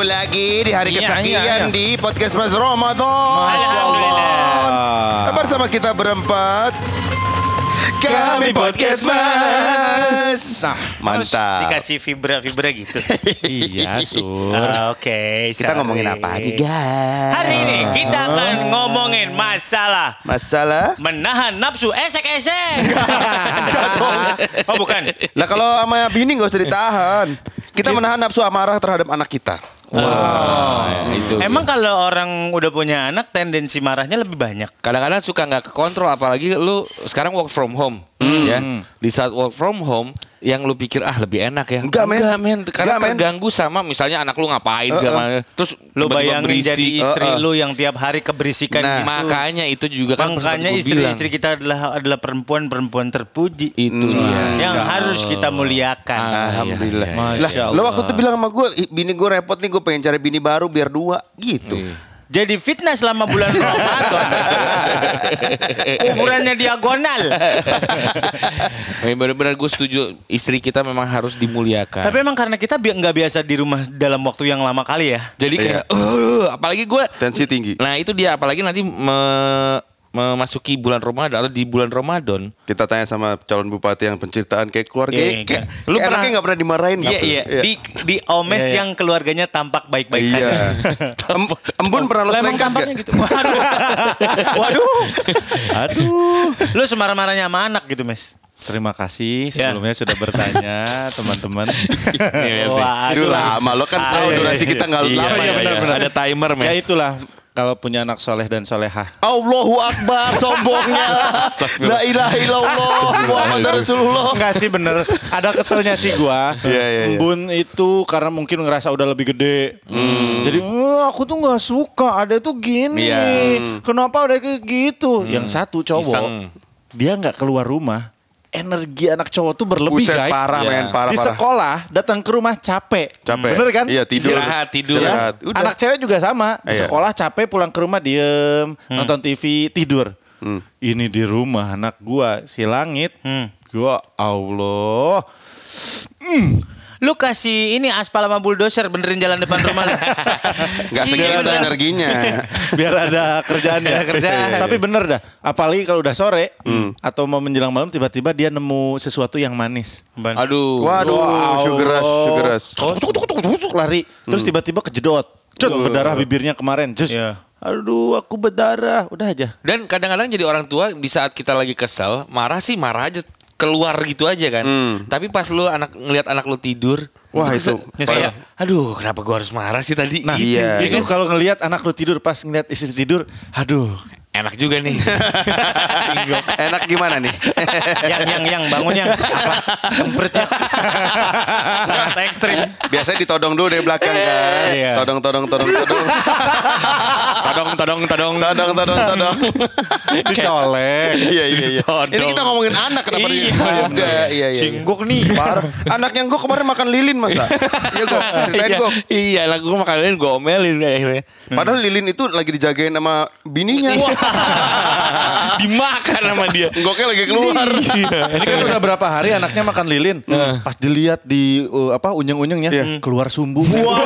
berkumpul lagi di hari kesekian di podcast Mas Ramadan. Masya Allah. Bersama kita berempat. Kami podcast Mas. Mantap. Dikasih vibra gitu. Iya, Sur. Oke. Kita ngomongin apa nih, guys? Hari ini kita akan ngomongin masalah menahan nafsu esek-esek. Oh bukan. Lah kalau sama bini gak usah ditahan. Kita menahan nafsu amarah terhadap anak kita. Itu. Emang kalau orang udah punya anak tendensi marahnya lebih banyak. Kadang-kadang suka nggak kekontrol, apalagi lu sekarang work from home, ya. Di saat work from home, yang lu pikir lebih enak ya. Enggak, men. Karena terganggu sama misalnya anak lu ngapain segala. Terus Lu bayangin berisik. jadi istri lu yang tiap hari keberisikan gitu. Makanya itu juga kan Makanya istri-istri kita adalah perempuan terpuji. Itu dia. Yang harus kita muliakan. Alhamdulillah. Masya Lah, lo waktu itu bilang sama gue, bini gue repot nih, gue pengen cari bini baru biar 2 gitu. Jadi fitnah selama bulan Ramadan. Kuburannya diagonal. Benar-benar gue setuju, istri kita memang harus dimuliakan. Tapi emang karena kita nggak biasa di rumah dalam waktu yang lama kali ya. Jadi kayak apalagi gue Tensi tinggi. Nah itu dia, apalagi nanti memasuki bulan Ramadan atau di bulan Ramadan. Kita tanya sama calon bupati yang penceritaan kayak keluarga. Iya. Lu anaknya gak pernah dimarahin. Iya. Di Omes yang keluarganya tampak baik-baik saja. Embun pernah lo Emang selengkat tampaknya gak? gitu. Aduh. Lu semarah-marahnya sama anak gitu, Mes. Terima kasih sebelumnya sudah bertanya teman-teman. Aduh lama, lo kan tahu durasi kita gak lama ya. Benar. Ada timer, Mes. Ya itulah, kalau punya anak soleh dan solehah. Allahu Akbar, sombongnya. La ilaha illallah, Muhammad Rasulullah. Enggak sih, bener. Ada keselnya sih gua. Iya. Embun itu karena mungkin ngerasa udah lebih gede. Jadi aku tuh gak suka ada tuh gini. Kenapa udah kayak gitu? Yang satu cowok, Iseng. dia gak keluar rumah. Energi anak cowok tuh berlebih, Buset, guys. parah, men, parah. Di sekolah datang ke rumah capek. Bener kan? Iya, tidur. Tidur. Istirahat. Udah. Anak cewek juga sama. Di Iya. sekolah capek, pulang ke rumah diem, nonton TV, tidur. Ini di rumah anak gua si Langit. Gua Allah. Lu kasih ini aspal sama bulldozer benerin jalan depan rumah lu. Gak segitu energinya. Biar ada kerjaan ya. Tapi bener dah. Apalagi kalau udah sore atau mau menjelang malam, tiba-tiba dia nemu sesuatu yang manis. Aduh. Waduh, sugar rush. Lari. Terus tiba-tiba kejedot. Berdarah bibirnya kemarin. Aduh, aku berdarah. Udah aja. Dan kadang-kadang jadi orang tua di saat kita lagi kesel, marah aja. Keluar gitu aja kan. Tapi pas lu ngelihat anak lu tidur, Wah, itu kayak, aduh kenapa gua harus marah sih tadi? Nah, Gitu. iya. itu kalau ngelihat anak lu tidur, pas ngelihat istri tidur, aduh. Enak juga nih. enak gimana nih? yang bangun yang apa? Kempretnya. Sangat ekstrim. Biasanya ditodong dulu dari belakang kan. Iya. Todong. Todong. Dicolek. Iya. Ini kita ngomongin anak, kenapa dia juga? Iya. Singguk nih. Parah. Anak yang gue kemarin makan lilin, masa? Iya, gue ceritain gue. Iya, lah gua makan gua omelin akhirnya. Padahal lilin itu lagi dijagain sama bininya. Dimakan sama dia. Goknya lagi keluar. Ini kan udah berapa hari anaknya makan lilin. Pas dilihat di unyeng-unyengnya, keluar sumbu.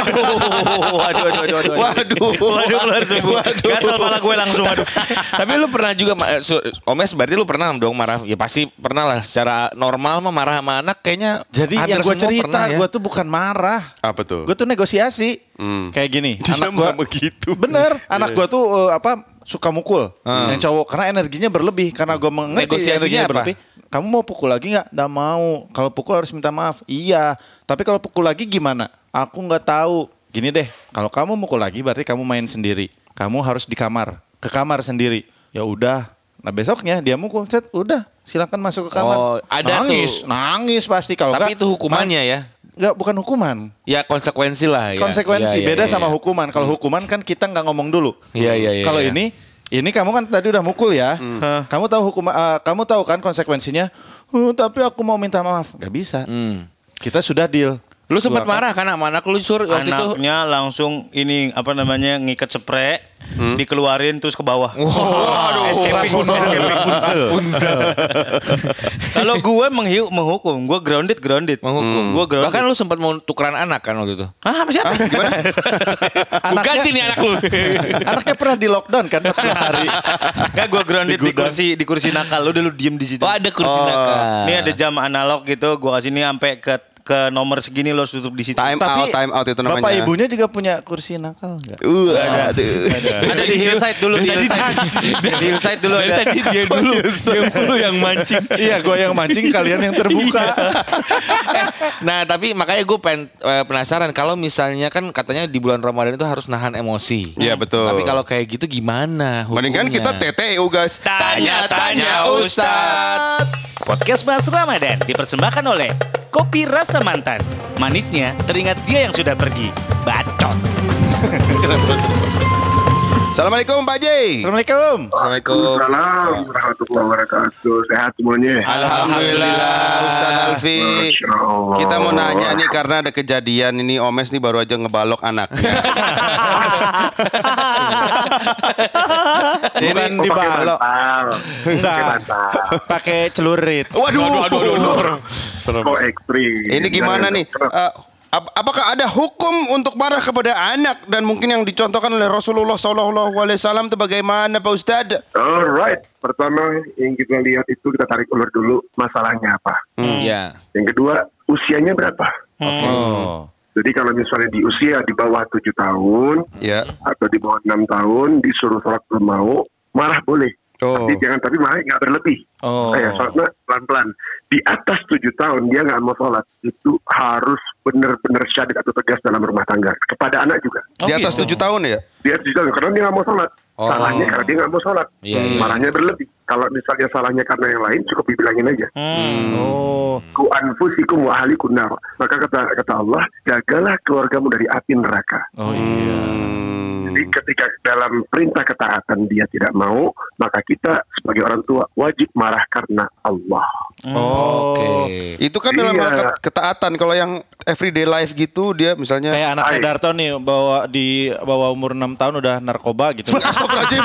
Waduh, keluar sumbu. Gatal pala gue langsung. Aduh. Tapi lu pernah juga Omes, berarti lu pernah dong marah? Ya pasti pernah lah. Secara normal mah marah sama anak kayaknya. Jadi hampir yang gue semua cerita, pernah ya. gue tuh bukan marah. Apa tuh? Gue tuh negosiasi. Kayak gini, anak gue begitu. bener, anak gue tuh suka mukul yang cowok karena energinya berlebih. Karena gue mengerti Negosiasinya energinya apa? berlebih. Kamu mau pukul lagi nggak? Nggak mau. Kalau pukul harus minta maaf. Iya. Tapi kalau pukul lagi gimana? Aku nggak tahu. Gini deh, kalau kamu mukul lagi berarti kamu main sendiri. Kamu harus di kamar, ke kamar sendiri. Ya udah. Nah besoknya dia mukul, set, udah silakan masuk ke kamar. Oh, ada nangis pasti kalau Tapi nggak, itu hukumannya ya. Nggak, bukan hukuman. Ya konsekuensi lah ya. Konsekuensi Iya, beda iya, sama iya. hukuman. Kalau hukuman kan kita nggak ngomong dulu. Iya. Kalau ini kamu kan tadi udah mukul ya. Kamu tahu kamu tahu kan konsekuensinya. Tapi aku mau minta maaf. Gak bisa. Kita sudah deal. Lu sempat marah kan sama anak lu Sur waktu itu? Anaknya langsung ini apa namanya ngikat spray, dikeluarin terus ke bawah. Waduh, escaping Rapunzel. Kalau gue menghukum, gue grounded. Menghukum. Gue grounded. Bahkan lu sempat mau tukeran anak kan waktu itu? Ah, sama siapa? Gimana? Gue ganti nih anak lu. Anaknya pernah di lockdown kan 14 hari. Enggak, gue grounded di kursi nakal. Lu udah diem di situ. Oh, ada kursi nakal. Ini ada jam analog gitu, gue kasih ini sampai ke nomor segini lo tutup di situ. Time out itu namanya. Bapak ibunya juga punya kursi nakal enggak? Ada di hillside dulu, di hillside dulu Dari ada. tadi dia dulu yang mancing. Iya, gue yang mancing, kalian yang terbuka. Nah tapi makanya gue penasaran kalau misalnya kan katanya di bulan Ramadan itu harus nahan emosi. Iya, betul. Tapi kalau kayak gitu gimana hukumnya? Mendingan kita TTU guys. Tanya Ustadz. Podcast Bahas Ramadan dipersembahkan oleh Kopi Rasa Mantan. Manisnya teringat dia yang sudah pergi. Bacot. Assalamualaikum Pak J. Assalamualaikum. Assalamualaikum. Waalaikumsalam warahmatullahi wabarakatuh. Sehat semuanya. Alhamdulillah Ustaz Alfi. Masya Allah. Kita mau nanya nih karena ada kejadian ini Omes nih baru aja ngebalok anaknya. Bukan Oh, pakai dibalok. bantal. Enggak. Pakai bantal. Pakai celurit. Waduh. Kok ekstrim. Ini gimana nih? Apakah ada hukum untuk marah kepada anak dan mungkin yang dicontohkan oleh Rasulullah SAW itu bagaimana Pak Ustadz? Alright. Pertama yang kita lihat itu kita tarik ulur dulu masalahnya apa. Iya. Yang kedua usianya berapa. Oh. Jadi kalau misalnya di usia di bawah 7 tahun Ya. atau di bawah 6 tahun disuruh sholat belum mau, marah boleh. Oh. Tapi marah nggak berlebih. Oh. Sholatnya pelan-pelan. Di atas 7 tahun dia nggak mau sholat, itu harus benar-benar syadid atau tegas dalam rumah tangga. Kepada anak juga. Di atas 7 tahun ya? Dia 7 tahun karena dia nggak mau sholat. Oh. Salahnya karena dia nggak mau sholat. Iya, iya. Marahnya berlebih. Kalau misalnya salahnya karena yang lain cukup dibilangin aja. Oh. Ku anfusikum wa ahlikum nar. Maka kata Allah, jagalah keluargamu dari api neraka. Oh iya. Jadi ketika dalam perintah ketaatan dia tidak mau, maka kita sebagai orang tua wajib marah karena Allah. Oh. Oke. Itu kan dalam Iya. hal ketaatan. Kalau yang everyday life gitu dia misalnya Kayak anaknya Hai. Darto nih di bawah umur 6 tahun udah narkoba gitu. Astagfirullahaladzim.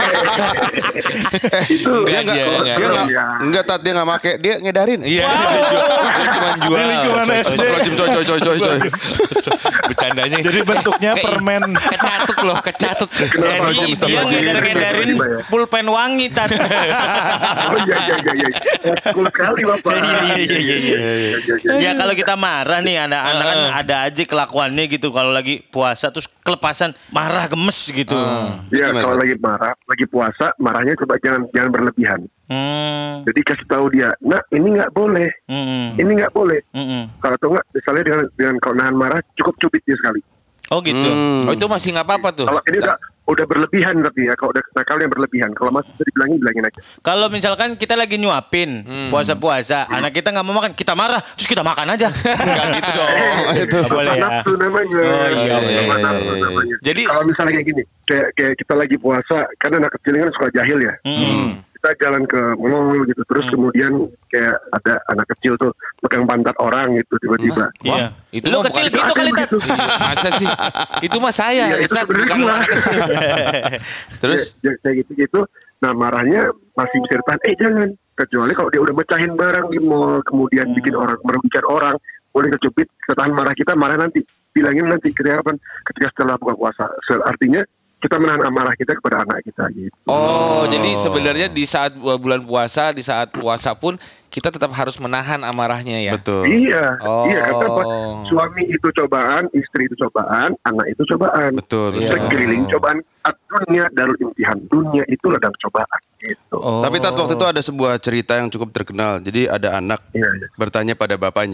Itu dia Enggak, enggak tat dia enggak make, dia ngedarin. Iya. Dia cuma jual. Di lingkungan SD. Astagfirullahaladzim coy. Bercandanya. Jadi bentuknya permen. Kecatut loh, kecatut. Kenapa? Jadi dia ngedar-ngedarin pulpen wangi tadi. Oh iya. Cool sekali Bapak. Iya. Ya kalau kita marah nih anak-anak kan ada aja kelakuannya gitu kalau lagi puasa terus kelepasan marah gemes gitu. Ya Gimana, kalau Pak? lagi marah, lagi puasa, marahnya coba jangan berlebihan. Jadi kasih tahu dia, nah ini nggak boleh, ini nggak boleh. Kalau atau nggak, misalnya dengan kalau nahan marah cukup cubit dia sekali. Oh gitu. Oh itu masih nggak apa-apa tuh. Kalau ini udah berlebihan tapi ya, kalau udah nakalnya berlebihan. Kalau masih bisa bilangin aja. Kalau misalkan kita lagi nyuapin puasa-puasa, anak kita nggak mau makan, kita marah, terus kita makan aja. Enggak gitu dong. Itu Nggak boleh ya. nafsu namanya. Oh, iya. Sama nafsu namanya. Jadi- kalau misalnya kayak gini, kayak kita lagi puasa, kan anak kecil kan suka jahil ya. Kita jalan ke mall gitu, terus kemudian kayak ada anak kecil tuh pegang pantat orang gitu tiba-tiba. Iya. Itu Lu mah kecil bukan- gitu kali Tat. Iya, masa sih? Itu mah saya. Iya, itu Ustaz, sebenarnya bukan gua. anak kecil. Terus kayak gitu. Nah marahnya masih bisa ditahan. Jangan. Kecuali kalau dia udah mecahin barang di mall, kemudian bikin orang merugikan orang, boleh kecubit. Ketahan marah kita, marah nanti. Bilangin nanti ketika setelah buka puasa. Artinya kita menahan amarah kita kepada anak kita gitu. Oh, jadi sebenarnya di saat bulan puasa, di saat puasa pun kita tetap harus menahan amarahnya ya. betul. Iya, Oh. iya karena apa? Suami itu cobaan, istri itu cobaan, anak itu cobaan. Betul. Sekeliling cobaan. Dunia darul imtihan. Dunia itu ladang cobaan. Gitu. Oh. Tapi Tat waktu itu ada sebuah cerita yang cukup terkenal. Jadi ada anak Iya. bertanya pada bapaknya.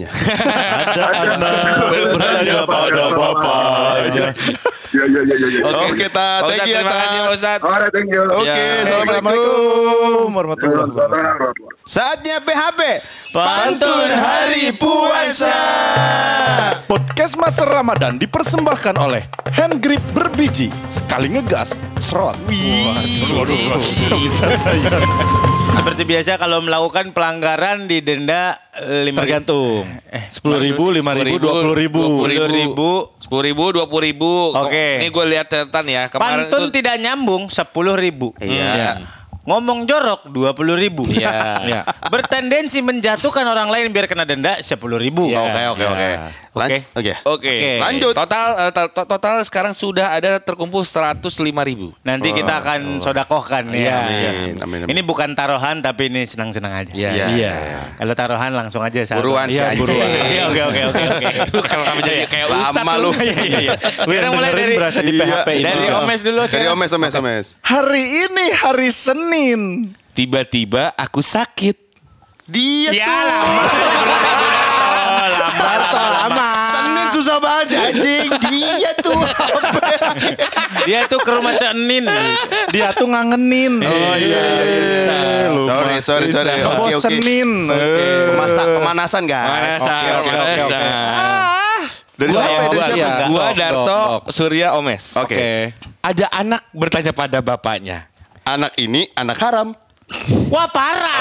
Bertanya pada bapaknya. Iya. Oke, Tat. Pak Thank Ustadz, you ya, terima kasih Pak Tat. Ustadz. Alright, thank you. Oke, Ya. assalamualaikum. Warahmatullahi wabarakatuh. Saatnya PHP. Pantun Hari Puasa. Podcast Masa Ramadan dipersembahkan oleh Hand Grip Berbiji. Sekali ngegas, cerot. Waduh. Bisa bayar. Seperti biasa kalau melakukan pelanggaran didenda 5 Tergantung. 10.000, 5.000, 20.000. 10.000, 20.000. Oke. Ini gue lihat catatan ya. Kemarin Pantun tuh- tidak nyambung 10.000. Iya. Ngomong jorok 20.000. Iya. Bertendensi menjatuhkan orang lain biar kena denda 10.000. Oke. Oke. Oke. Oke. Lanjut. Total sekarang sudah ada terkumpul 105.000. Nanti kita akan sodakohkan ya. Amin. Ini bukan taruhan tapi ini senang-senang aja. Iya. Kalau taruhan langsung aja saat. Buruan sih. Iya, buruan. Oke. Lu kalau kamu jadi kayak ustad Lama lu. Iya. Lu yang Sekarang mulai dengerin dari berasa di PHP ini. dari Omes dulu. Dari sekarang. Omes. Hari ini hari Senin. Tiba-tiba aku sakit. Dia Ya tuh. lama. Senin susah banget anjing. Dia tuh. Dia tuh ke rumah Cak Nin. Dia tuh ngangenin. Oh iya. Sorry. Oke. Senin. Pemanasan guys. Oke. Dari siapa? Gua Darto Surya Omes. Oke. Ada anak bertanya pada bapaknya. Anak ini anak haram. Wah parah.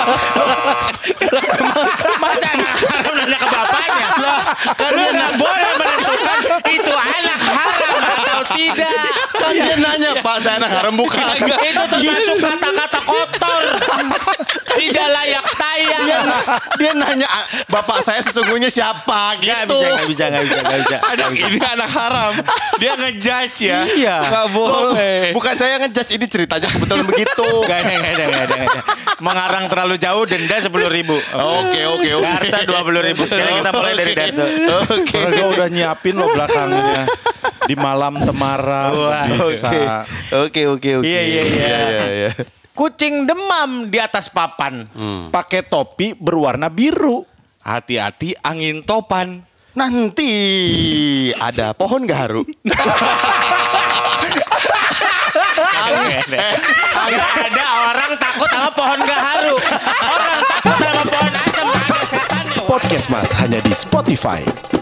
Masa anak haram nanya ke bapaknya? Lu nggak boleh menentukan itu anak haram atau tidak. Kan dia nanya, Pak, saya anak haram bukan. Itu termasuk kata-kata kotor. Tidak layak tayang. Dia nanya, bapak saya sesungguhnya siapa gitu. Nggak bisa. Anak ini anak haram. Dia ngejudge ya. Iya. Gak boleh. Bukan saya ngejudge, ini ceritanya kebetulan begitu. Gak ada. Mengarang terlalu jauh denda 10.000. Oke. Harta 20.000. Sekarang kita mulai dari Darto. Mereka udah nyiapin loh belakangnya. Di malam temaram. Wah, Bisa. Oke. Iya. Kucing demam di atas papan. Pakai topi berwarna biru. Hati-hati angin topan. Nanti ada pohon garu. Gak ada orang takut sama pohon gaharu. Orang takut sama pohon asam. Ada setannya. Podcast Mas hanya di Spotify.